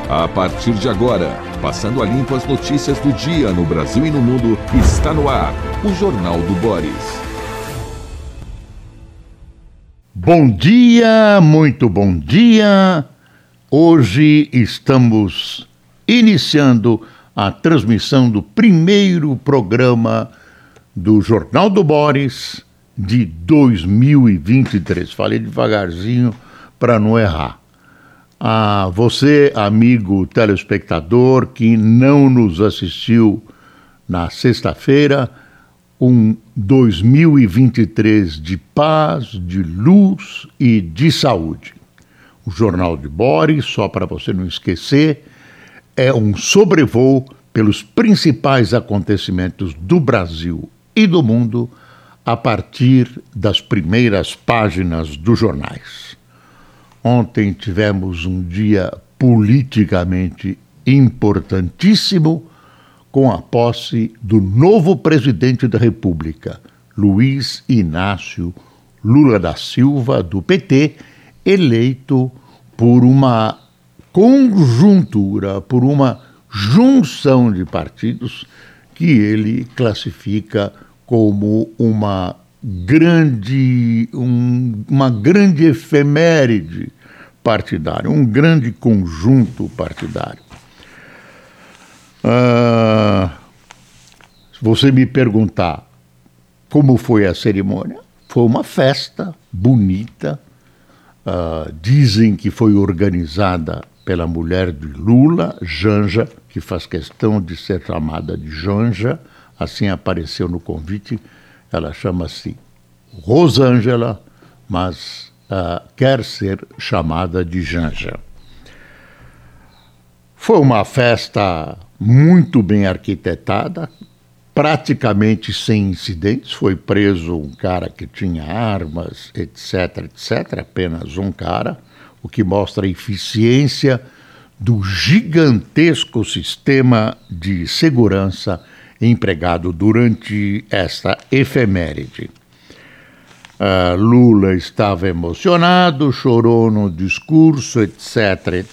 A partir de agora, passando a limpo as notícias do dia no Brasil e no mundo, está no ar o Jornal do Boris. Bom dia, muito bom dia. Hoje estamos iniciando a transmissão do primeiro programa do Jornal do Boris de 2023. Falei devagarzinho para não errar. A você, amigo telespectador, que não nos assistiu na sexta-feira, um 2023 de paz, de luz e de saúde. O Jornal de Boris, só para você não esquecer, é um sobrevoo pelos principais acontecimentos do Brasil e do mundo a partir das primeiras páginas dos jornais. Ontem tivemos um dia politicamente importantíssimo com a posse do novo presidente da República, Luiz Inácio Lula da Silva, do PT, eleito por uma conjuntura, por uma junção de partidos que ele classifica como uma grande efeméride partidária, um grande conjunto partidário. Se você me perguntar como foi a cerimônia, foi uma festa bonita. Dizem que foi organizada pela mulher de Lula, Janja, que faz questão de ser chamada de Janja, assim apareceu no convite. Ela chama-se Rosângela, mas quer ser chamada de Janja. Foi uma festa muito bem arquitetada, praticamente sem incidentes. Foi preso um cara que tinha armas, etc., apenas um cara, o que mostra a eficiência do gigantesco sistema de segurança empregado durante esta efeméride. Lula estava emocionado, chorou no discurso, etc.,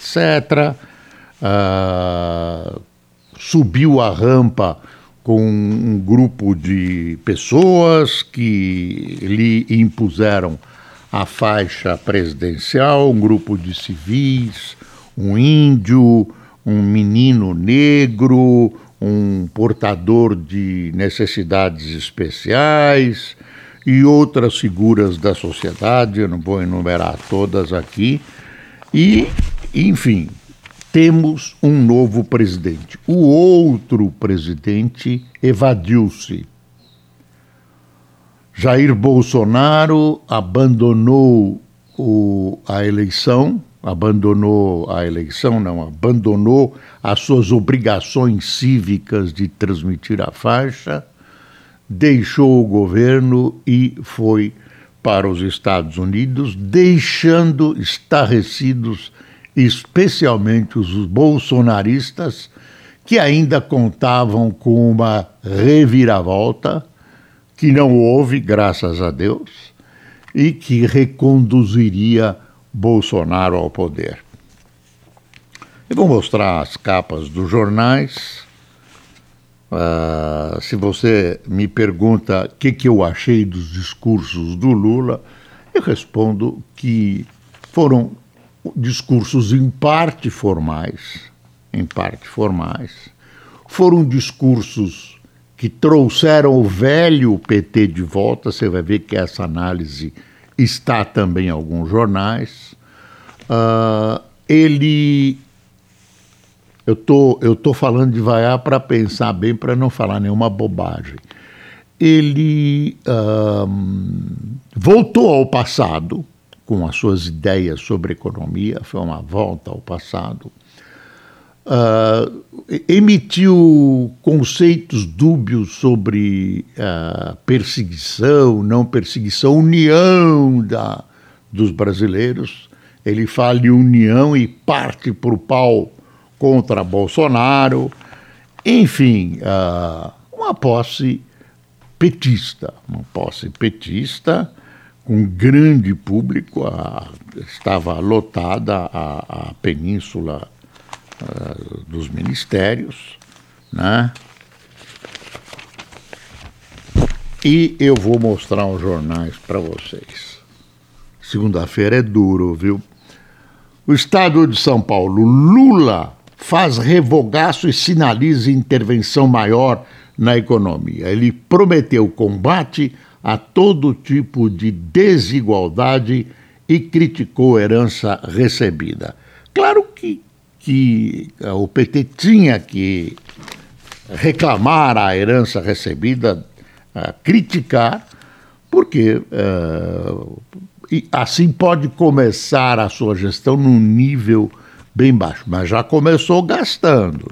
subiu a rampa com um grupo de pessoas que lhe impuseram a faixa presidencial, um grupo de civis, um índio, um menino negro, um portador de necessidades especiais e outras figuras da sociedade. Eu não vou enumerar todas aqui. E, enfim, temos um novo presidente. O outro presidente evadiu-se. Jair Bolsonaro abandonou as suas obrigações cívicas de transmitir a faixa, deixou o governo e foi para os Estados Unidos, deixando estarrecidos especialmente os bolsonaristas, que ainda contavam com uma reviravolta, que não houve, graças a Deus, e que reconduziria Bolsonaro ao poder. Eu vou mostrar as capas dos jornais. Se você me pergunta o que eu achei dos discursos do Lula, eu respondo que foram discursos em parte formais, foram discursos que trouxeram o velho PT de volta. Você vai ver que essa análise está também em alguns jornais. Eu tô falando devagar para pensar bem, para não falar nenhuma bobagem. Ele voltou ao passado com as suas ideias sobre economia, foi uma volta ao passado. Emitiu conceitos dúbios sobre perseguição, não perseguição, união dos brasileiros. Ele fala em união e parte para o pau contra Bolsonaro. Enfim, uma posse petista, com grande público. Estava lotada a península dos ministérios, né? E eu vou mostrar os jornais para vocês. Segunda-feira é duro, viu? O Estado de São Paulo, Lula faz revogaço e sinaliza intervenção maior na economia. Ele prometeu combate a todo tipo de desigualdade e criticou a herança recebida. Claro que o PT tinha que reclamar a herança recebida, criticar, porque e assim pode começar a sua gestão num nível bem baixo, mas já começou gastando.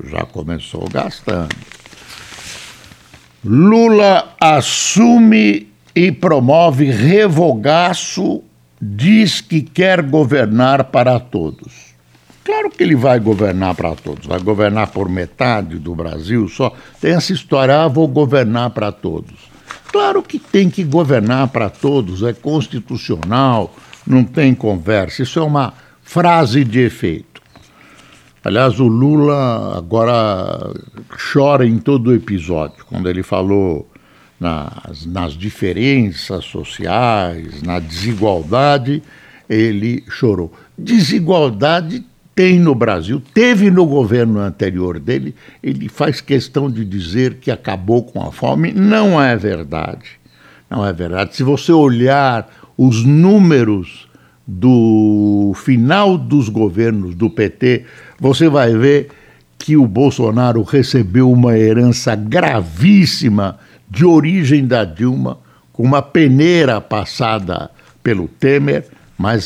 Lula assume e promove revogaço, diz que quer governar para todos. Claro que ele vai governar para todos, vai governar por metade do Brasil só. Tem essa história, vou governar para todos. Claro que tem que governar para todos, é constitucional, não tem conversa, isso é uma frase de efeito. Aliás, o Lula agora chora em todo o episódio, quando ele falou nas diferenças sociais, na desigualdade, ele chorou. Desigualdade tem no Brasil, teve no governo anterior dele, ele faz questão de dizer que acabou com a fome. Não é verdade. Não é verdade. Se você olhar os números do final dos governos do PT, você vai ver que o Bolsonaro recebeu uma herança gravíssima de origem da Dilma, com uma peneira passada pelo Temer, mas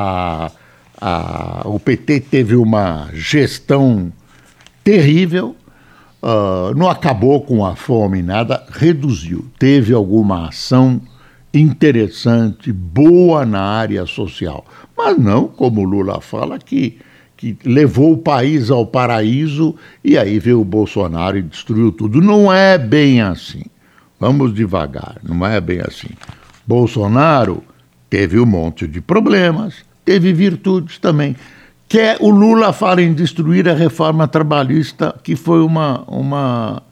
o PT teve uma gestão terrível, não acabou com a fome, nada, reduziu. Teve alguma ação interessante, boa na área social, mas não, como o Lula fala, que levou o país ao paraíso e aí veio o Bolsonaro e destruiu tudo. Não é bem assim. Vamos devagar, não é bem assim. Bolsonaro teve um monte de problemas, teve virtudes também. O Lula fala em destruir a reforma trabalhista, que foi uma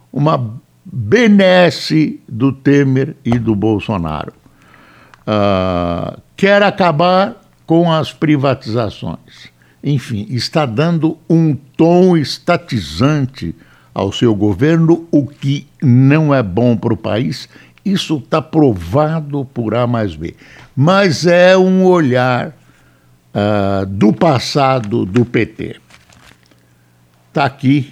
benesse do Temer e do Bolsonaro. Quer acabar com as privatizações. Enfim, está dando um tom estatizante ao seu governo, o que não é bom para o país. Isso está provado por A mais B. Mas é um olhar do passado do PT. Está aqui.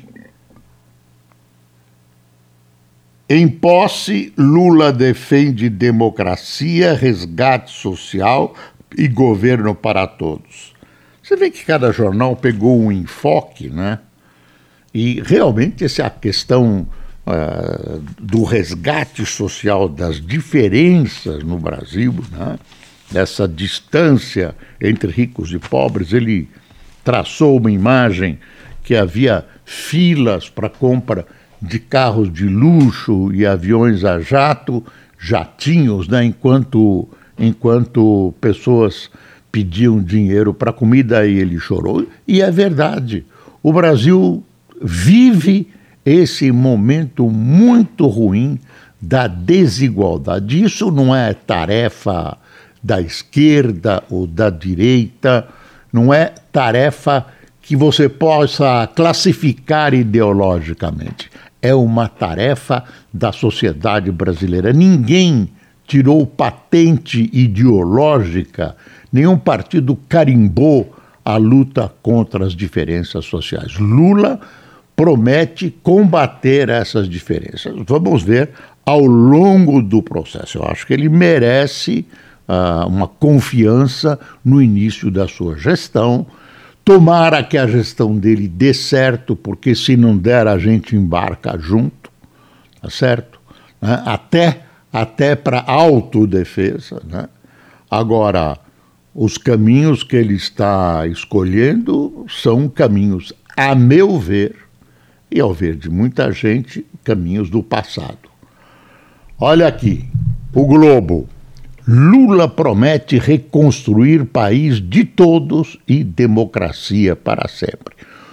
Em posse, Lula defende democracia, resgate social e governo para todos. Você vê que cada jornal pegou um enfoque, né? E realmente essa é a questão do resgate social, das diferenças no Brasil, né? Dessa distância entre ricos e pobres. Ele traçou uma imagem que havia filas para compra de carros de luxo e aviões a jato, jatinhos, né? Enquanto pessoas pediam dinheiro para comida, e ele chorou. E é verdade, o Brasil vive esse momento muito ruim da desigualdade. Isso não é tarefa da esquerda ou da direita, não é tarefa que você possa classificar ideologicamente. É uma tarefa da sociedade brasileira. Ninguém tirou patente ideológica, nenhum partido carimbou a luta contra as diferenças sociais. Lula promete combater essas diferenças. Vamos ver ao longo do processo. Eu acho que ele merece uma confiança no início da sua gestão. Tomara que a gestão dele dê certo, porque se não der, a gente embarca junto, tá certo? Né? Até para autodefesa, né? Agora, os caminhos que ele está escolhendo são caminhos, a meu ver, e ao ver de muita gente, caminhos do passado. Olha aqui, o Globo. Lula promete reconstruir país de todos e democracia para sempre.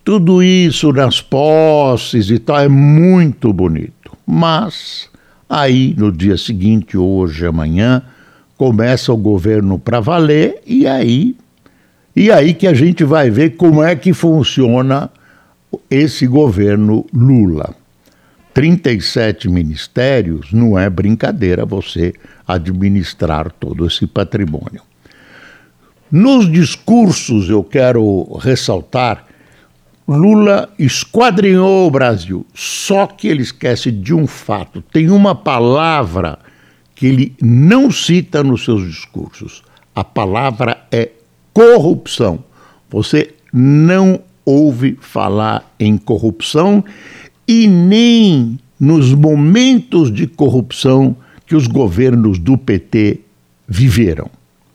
Tudo isso nas posses e tal é muito bonito. Mas aí no dia seguinte, hoje, amanhã, começa o governo para valer e aí que a gente vai ver como é que funciona esse governo Lula. 37 ministérios, não é brincadeira você administrar todo esse patrimônio. Nos discursos, eu quero ressaltar, Lula esquadrinhou o Brasil, só que ele esquece de um fato. Tem uma palavra que ele não cita nos seus discursos. A palavra é corrupção. Você não ouve falar em corrupção e nem nos momentos de corrupção que os governos do PT viveram.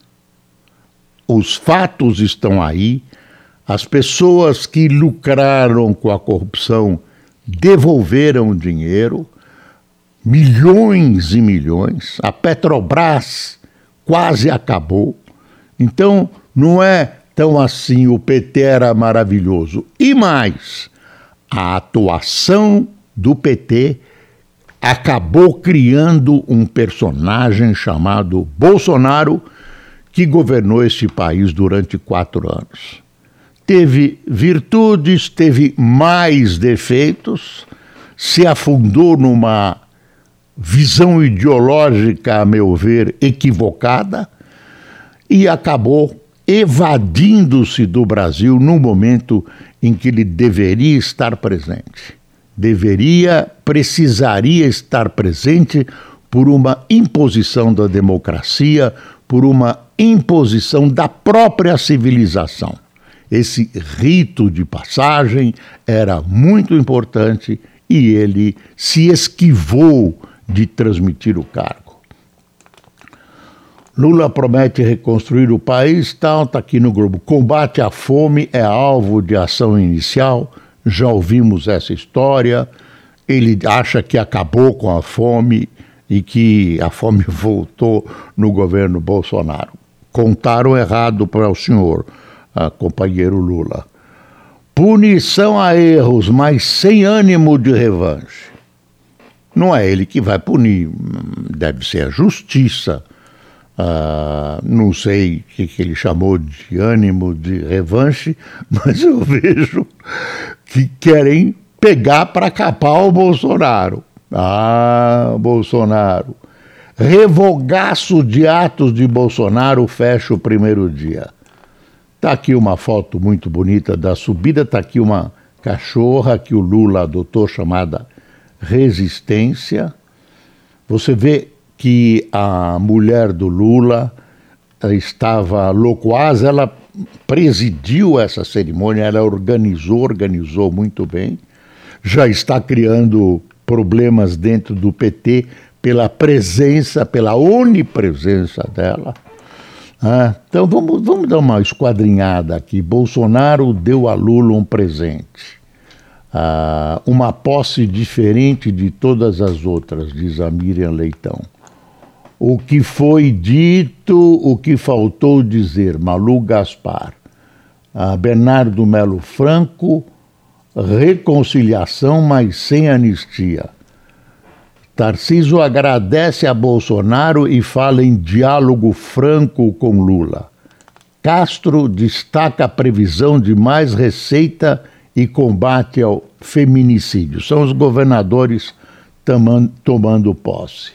Os fatos estão aí. As pessoas que lucraram com a corrupção devolveram o dinheiro, milhões e milhões. A Petrobras quase acabou. Então, não é tão assim, o PT era maravilhoso. E mais, a atuação do PT acabou criando um personagem chamado Bolsonaro, que governou este país durante 4 anos. Teve virtudes, teve mais defeitos, se afundou numa visão ideológica, a meu ver, equivocada e acabou evadindo-se do Brasil no momento em que ele deveria estar presente. Precisaria estar presente por uma imposição da democracia, por uma imposição da própria civilização. Esse rito de passagem era muito importante e ele se esquivou de transmitir o cargo. Lula promete reconstruir o país, está aqui no Globo. Combate à fome é alvo de ação inicial, já ouvimos essa história. Ele acha que acabou com a fome e que a fome voltou no governo Bolsonaro. Contaram errado para o senhor, companheiro Lula. Punição a erros, mas sem ânimo de revanche. Não é ele que vai punir, deve ser a justiça. Não sei o que ele chamou de ânimo de revanche, mas eu vejo que querem pegar para capar o Bolsonaro. Bolsonaro. Revogaço de atos de Bolsonaro fecha o primeiro dia. Está aqui uma foto muito bonita da subida, está aqui uma cachorra que o Lula adotou chamada Resistência. Você vê que a mulher do Lula estava loquaz, ela presidiu essa cerimônia, ela organizou muito bem. Já está criando problemas dentro do PT pela onipresença dela. Então vamos dar uma esquadrinhada aqui. Bolsonaro deu a Lula um presente. Uma posse diferente de todas as outras, diz a Miriam Leitão. O que foi dito, o que faltou dizer, Malu Gaspar. Bernardo Melo Franco, reconciliação, mas sem anistia. Tarcísio agradece a Bolsonaro e fala em diálogo franco com Lula. Castro destaca a previsão de mais receita e combate ao feminicídio. São os governadores tomando posse.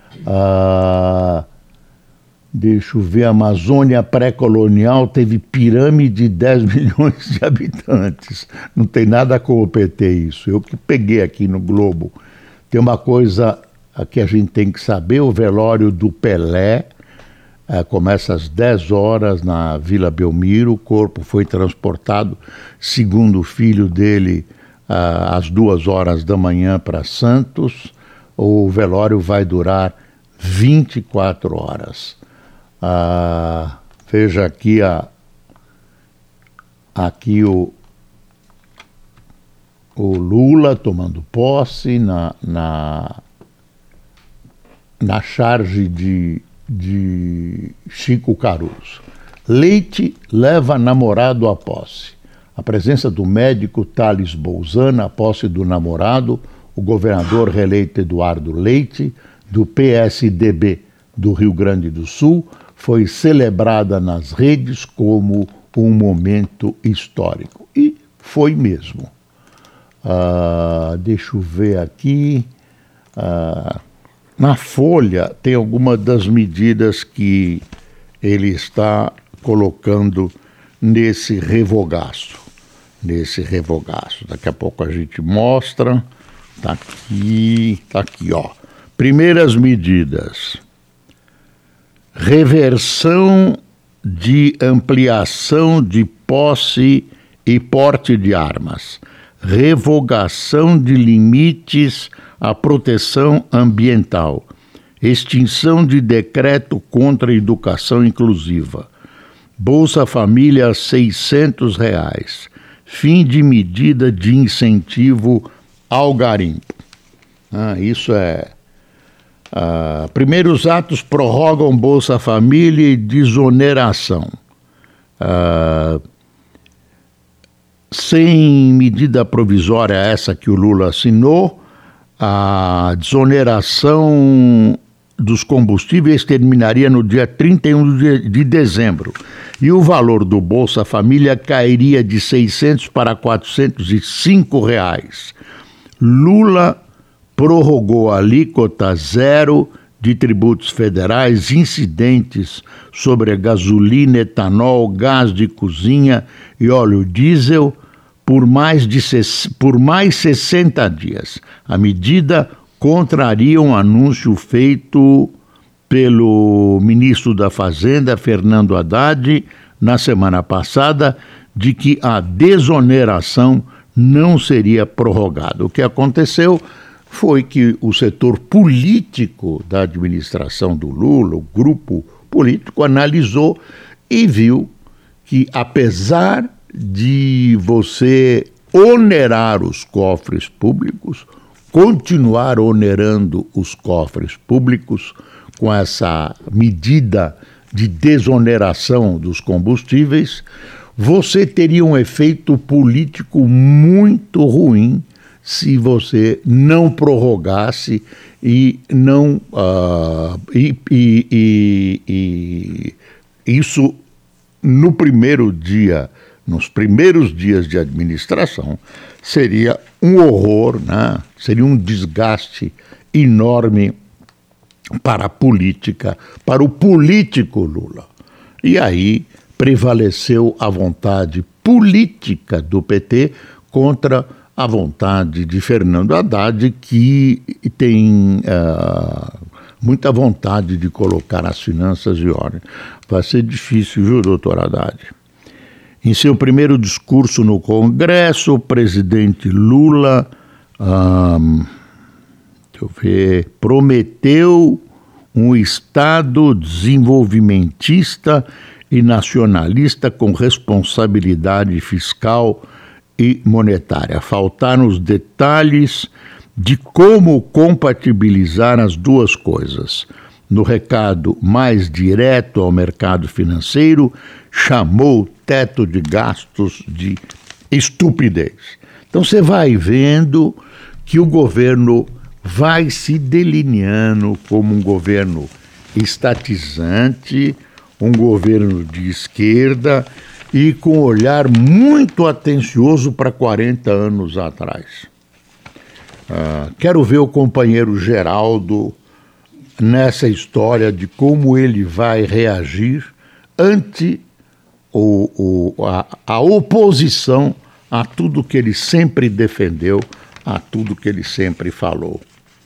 Deixa eu ver, a Amazônia pré-colonial teve pirâmide de 10 milhões de habitantes. Não tem nada com o PT isso. Eu que peguei aqui no Globo. Tem uma coisa que a gente tem que saber, o velório do Pelé começa às 10 horas na Vila Belmiro, o corpo foi transportado, segundo o filho dele, às 2 horas da manhã para Santos. O velório vai durar 24 horas. Veja aqui o Lula tomando posse na charge de Chico Caruso. Leite leva namorado à posse. a presença do médico Thales Bolzano, a posse do namorado, o governador reeleito Eduardo Leite, do PSDB do Rio Grande do Sul, foi celebrada nas redes como um momento histórico. E foi mesmo. Deixa eu ver aqui. Na Folha tem algumas das medidas que ele está colocando nesse revogaço. Daqui a pouco a gente mostra. Tá aqui, ó. Primeiras medidas. Reversão de ampliação de posse e porte de armas. Revogação de limites à proteção ambiental. Extinção de decreto contra a educação inclusiva. Bolsa Família a R$600. Fim de medida de incentivo ao garimpo. Isso é... primeiros atos prorrogam Bolsa Família e desoneração. Sem medida provisória essa que o Lula assinou, a desoneração dos combustíveis terminaria no dia 31 de dezembro e o valor do Bolsa Família cairia de R$600 para R$405. Lula prorrogou a alíquota zero de tributos federais incidentes sobre a gasolina, etanol, gás de cozinha e óleo diesel por mais 60 dias. A medida contraria um anúncio feito pelo ministro da Fazenda, Fernando Haddad, na semana passada, de que a desoneração não seria prorrogada. O que aconteceu foi que o setor político da administração do Lula, o grupo político, analisou e viu que, apesar de você onerar os cofres públicos, continuar onerando os cofres públicos com essa medida de desoneração dos combustíveis, você teria um efeito político muito ruim se você não prorrogasse e não isso nos primeiros dias de administração seria um horror, né? Seria um desgaste enorme para a política, para o político Lula. E aí prevaleceu a vontade política do PT contra a vontade de Fernando Haddad, que tem muita vontade de colocar as finanças em ordem. Vai ser difícil, viu, doutor Haddad? Em seu primeiro discurso no Congresso, o presidente Lula prometeu um Estado desenvolvimentista e nacionalista com responsabilidade fiscal e monetária. Faltaram os detalhes de como compatibilizar as duas coisas. No recado mais direto ao mercado financeiro, chamou o teto de gastos de estupidez. Então você vai vendo que o governo vai se delineando como um governo estatizante, um governo de esquerda e com um olhar muito atencioso para 40 anos atrás. Quero ver o companheiro Geraldo nessa história de como ele vai reagir ante a oposição a tudo que ele sempre defendeu, a tudo que ele sempre falou.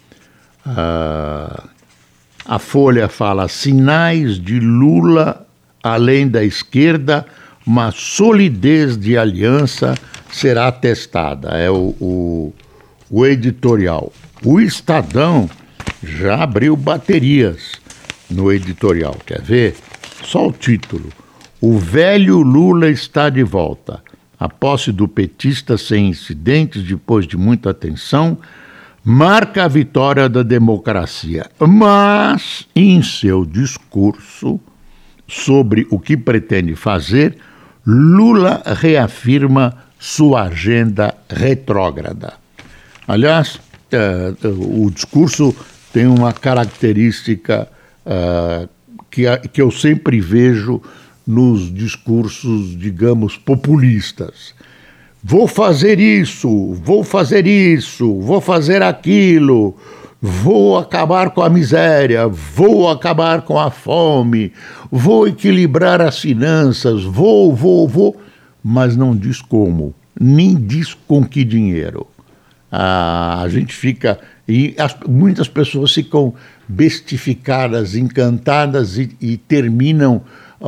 A Folha fala: sinais de Lula além da esquerda, uma solidez de aliança será testada. É o editorial. O Estadão já abriu baterias no editorial. Quer ver? Só o título. O velho Lula está de volta. A posse do petista sem incidentes, depois de muita tensão, marca a vitória da democracia. Mas, em seu discurso sobre o que pretende fazer, Lula reafirma sua agenda retrógrada. Aliás, o discurso tem uma característica que eu sempre vejo nos discursos, digamos, populistas. Vou fazer isso, vou fazer isso, vou fazer aquilo, vou acabar com a miséria, vou acabar com a fome, vou equilibrar as finanças, vou, mas não diz como, nem diz com que dinheiro. A gente fica, muitas pessoas ficam bestificadas, encantadas e terminam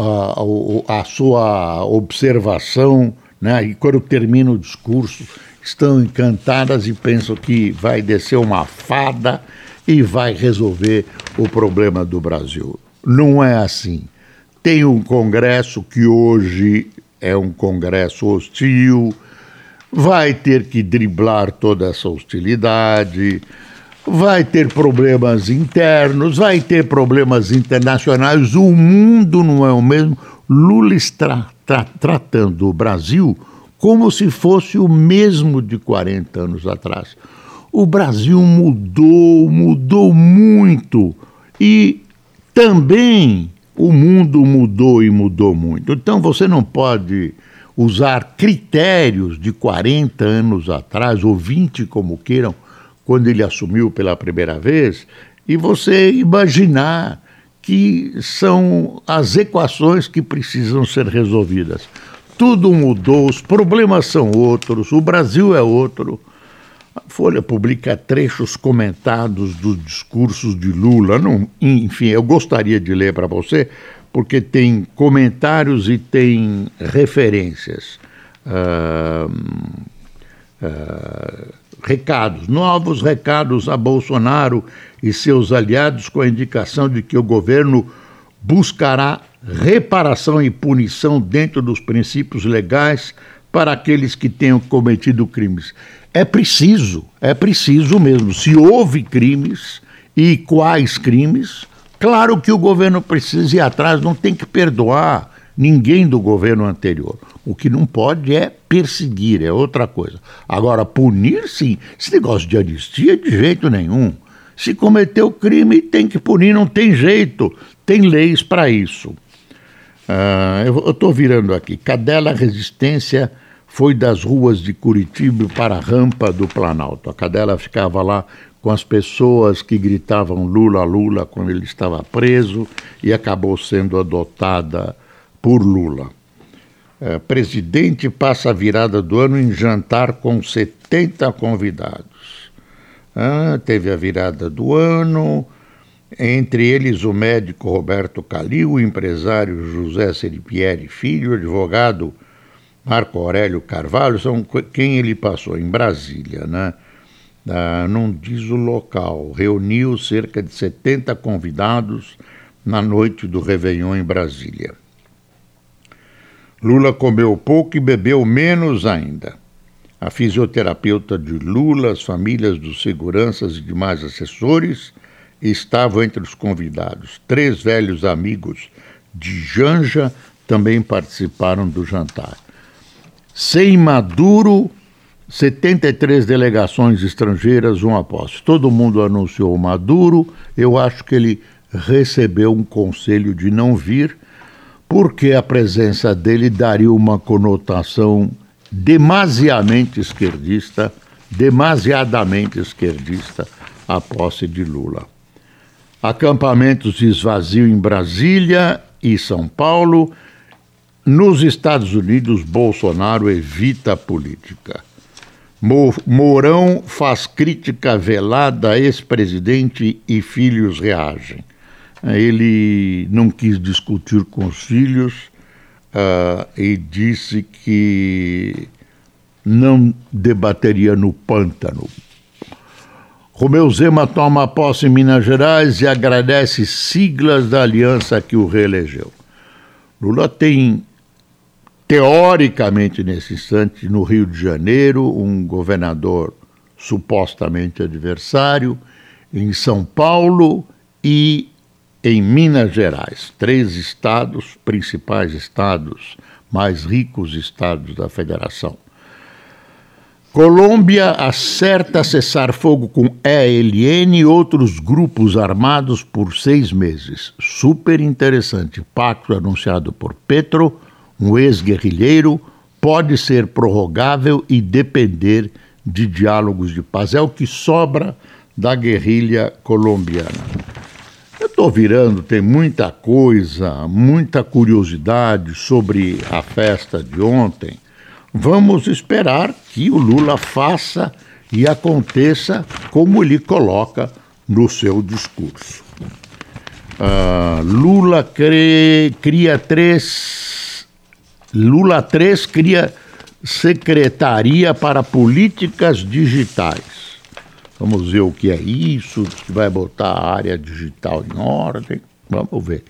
a sua observação, né? E quando termina o discurso, estão encantadas e pensam que vai descer uma fada e vai resolver o problema do Brasil. Não é assim. Tem um Congresso que hoje é um Congresso hostil, vai ter que driblar toda essa hostilidade, vai ter problemas internos, vai ter problemas internacionais, o mundo não é o mesmo. Lula está tratando o Brasil como se fosse o mesmo de 40 anos atrás. O Brasil mudou muito e também o mundo mudou e mudou muito. Então você não pode usar critérios de 40 anos atrás, ou 20 como queiram, quando ele assumiu pela primeira vez, e você imaginar que são as equações que precisam ser resolvidas. Tudo mudou, os problemas são outros, o Brasil é outro. A Folha publica trechos comentados dos discursos de Lula. Enfim, eu gostaria de ler para você, porque tem comentários e tem referências. Recados, novos recados a Bolsonaro e seus aliados com a indicação de que o governo buscará reparação e punição dentro dos princípios legais para aqueles que tenham cometido crimes. É preciso mesmo. Se houve crimes e quais crimes, claro que o governo precisa ir atrás, não tem que perdoar ninguém do governo anterior. O que não pode é perseguir, é outra coisa. Agora, punir, sim. Esse negócio de anistia, de jeito nenhum. Se cometeu crime, tem que punir, não tem jeito. Tem leis para isso. Eu estou virando aqui. Cadela Resistência foi das ruas de Curitiba para a rampa do Planalto. A Cadela ficava lá com as pessoas que gritavam Lula, Lula, quando ele estava preso, e acabou sendo adotada por Lula. Presidente passa a virada do ano em jantar com 70 convidados. Teve a virada do ano, entre eles o médico Roberto Calil, o empresário José Seripieri Filho, o advogado Marco Aurélio Carvalho, são quem ele passou em Brasília, né? Não diz o local, reuniu cerca de 70 convidados na noite do Réveillon em Brasília. Lula comeu pouco e bebeu menos ainda. A fisioterapeuta de Lula, as famílias dos seguranças e demais assessores estavam entre os convidados. 3 velhos amigos de Janja também participaram do jantar. Sem Maduro, 73 delegações estrangeiras, um após. Todo mundo anunciou Maduro. Eu acho que ele recebeu um conselho de não vir, porque a presença dele daria uma conotação demasiadamente esquerdista à posse de Lula. Acampamentos esvaziam em Brasília e São Paulo. Nos Estados Unidos, Bolsonaro evita a política. Mourão faz crítica velada a ex-presidente e filhos reagem. Ele não quis discutir com os filhos e disse que não debateria no pântano. Romeu Zema toma posse em Minas Gerais e agradece siglas da aliança que o reelegeu. Lula tem, teoricamente, nesse instante, no Rio de Janeiro, um governador supostamente adversário, em São Paulo e em Minas Gerais, 3 estados, principais estados mais ricos estados da federação. Colômbia acerta cessar-fogo com ELN e outros grupos armados por 6 meses. Super interessante. Pacto anunciado por Petro, um ex-guerrilheiro, pode ser prorrogável e depender de diálogos de paz. É o que sobra da guerrilha colombiana. Eu estou virando, tem muita coisa, muita curiosidade sobre a festa de ontem. Vamos esperar que o Lula faça e aconteça como ele coloca no seu discurso. Lula 3 cria Secretaria para Políticas Digitais. Vamos ver o que é isso, que vai botar a área digital em ordem. Vamos ver.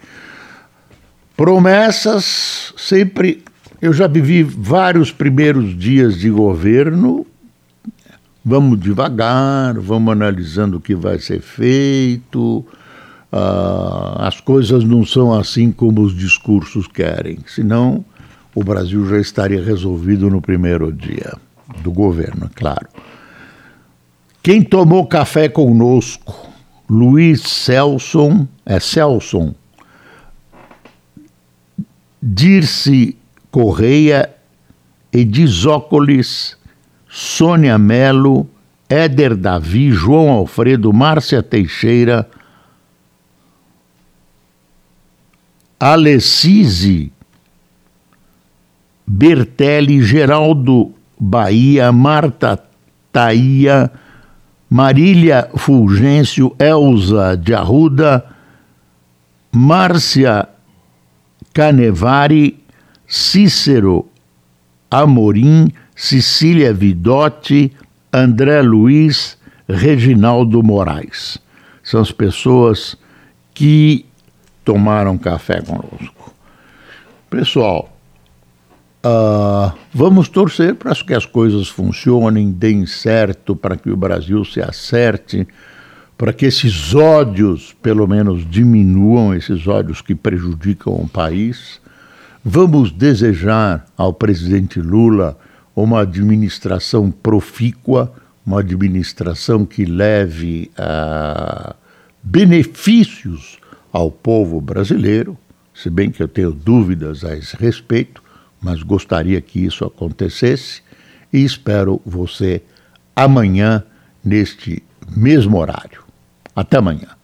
Promessas sempre... Eu já vivi vários primeiros dias de governo. Vamos devagar, vamos analisando o que vai ser feito. As coisas não são assim como os discursos querem, senão o Brasil já estaria resolvido no primeiro dia do governo, é claro. Quem tomou café conosco? Luiz Celson, Dirce Correia, Edisócolis, Sônia Melo, Éder Davi, João Alfredo, Márcia Teixeira, Alessise Bertelli, Geraldo Bahia, Marta Taia, Marília Fulgêncio, Elza de Arruda, Márcia Canevari, Cícero Amorim, Cecília Vidotti, André Luiz, Reginaldo Moraes. São as pessoas que tomaram café conosco. Pessoal, vamos torcer para que as coisas funcionem, deem certo, para que o Brasil se acerte, para que esses ódios, pelo menos, diminuam, esses ódios que prejudicam o país. Vamos desejar ao presidente Lula uma administração profícua, uma administração que leve benefícios ao povo brasileiro, se bem que eu tenho dúvidas a esse respeito, mas gostaria que isso acontecesse e espero você amanhã neste mesmo horário. Até amanhã.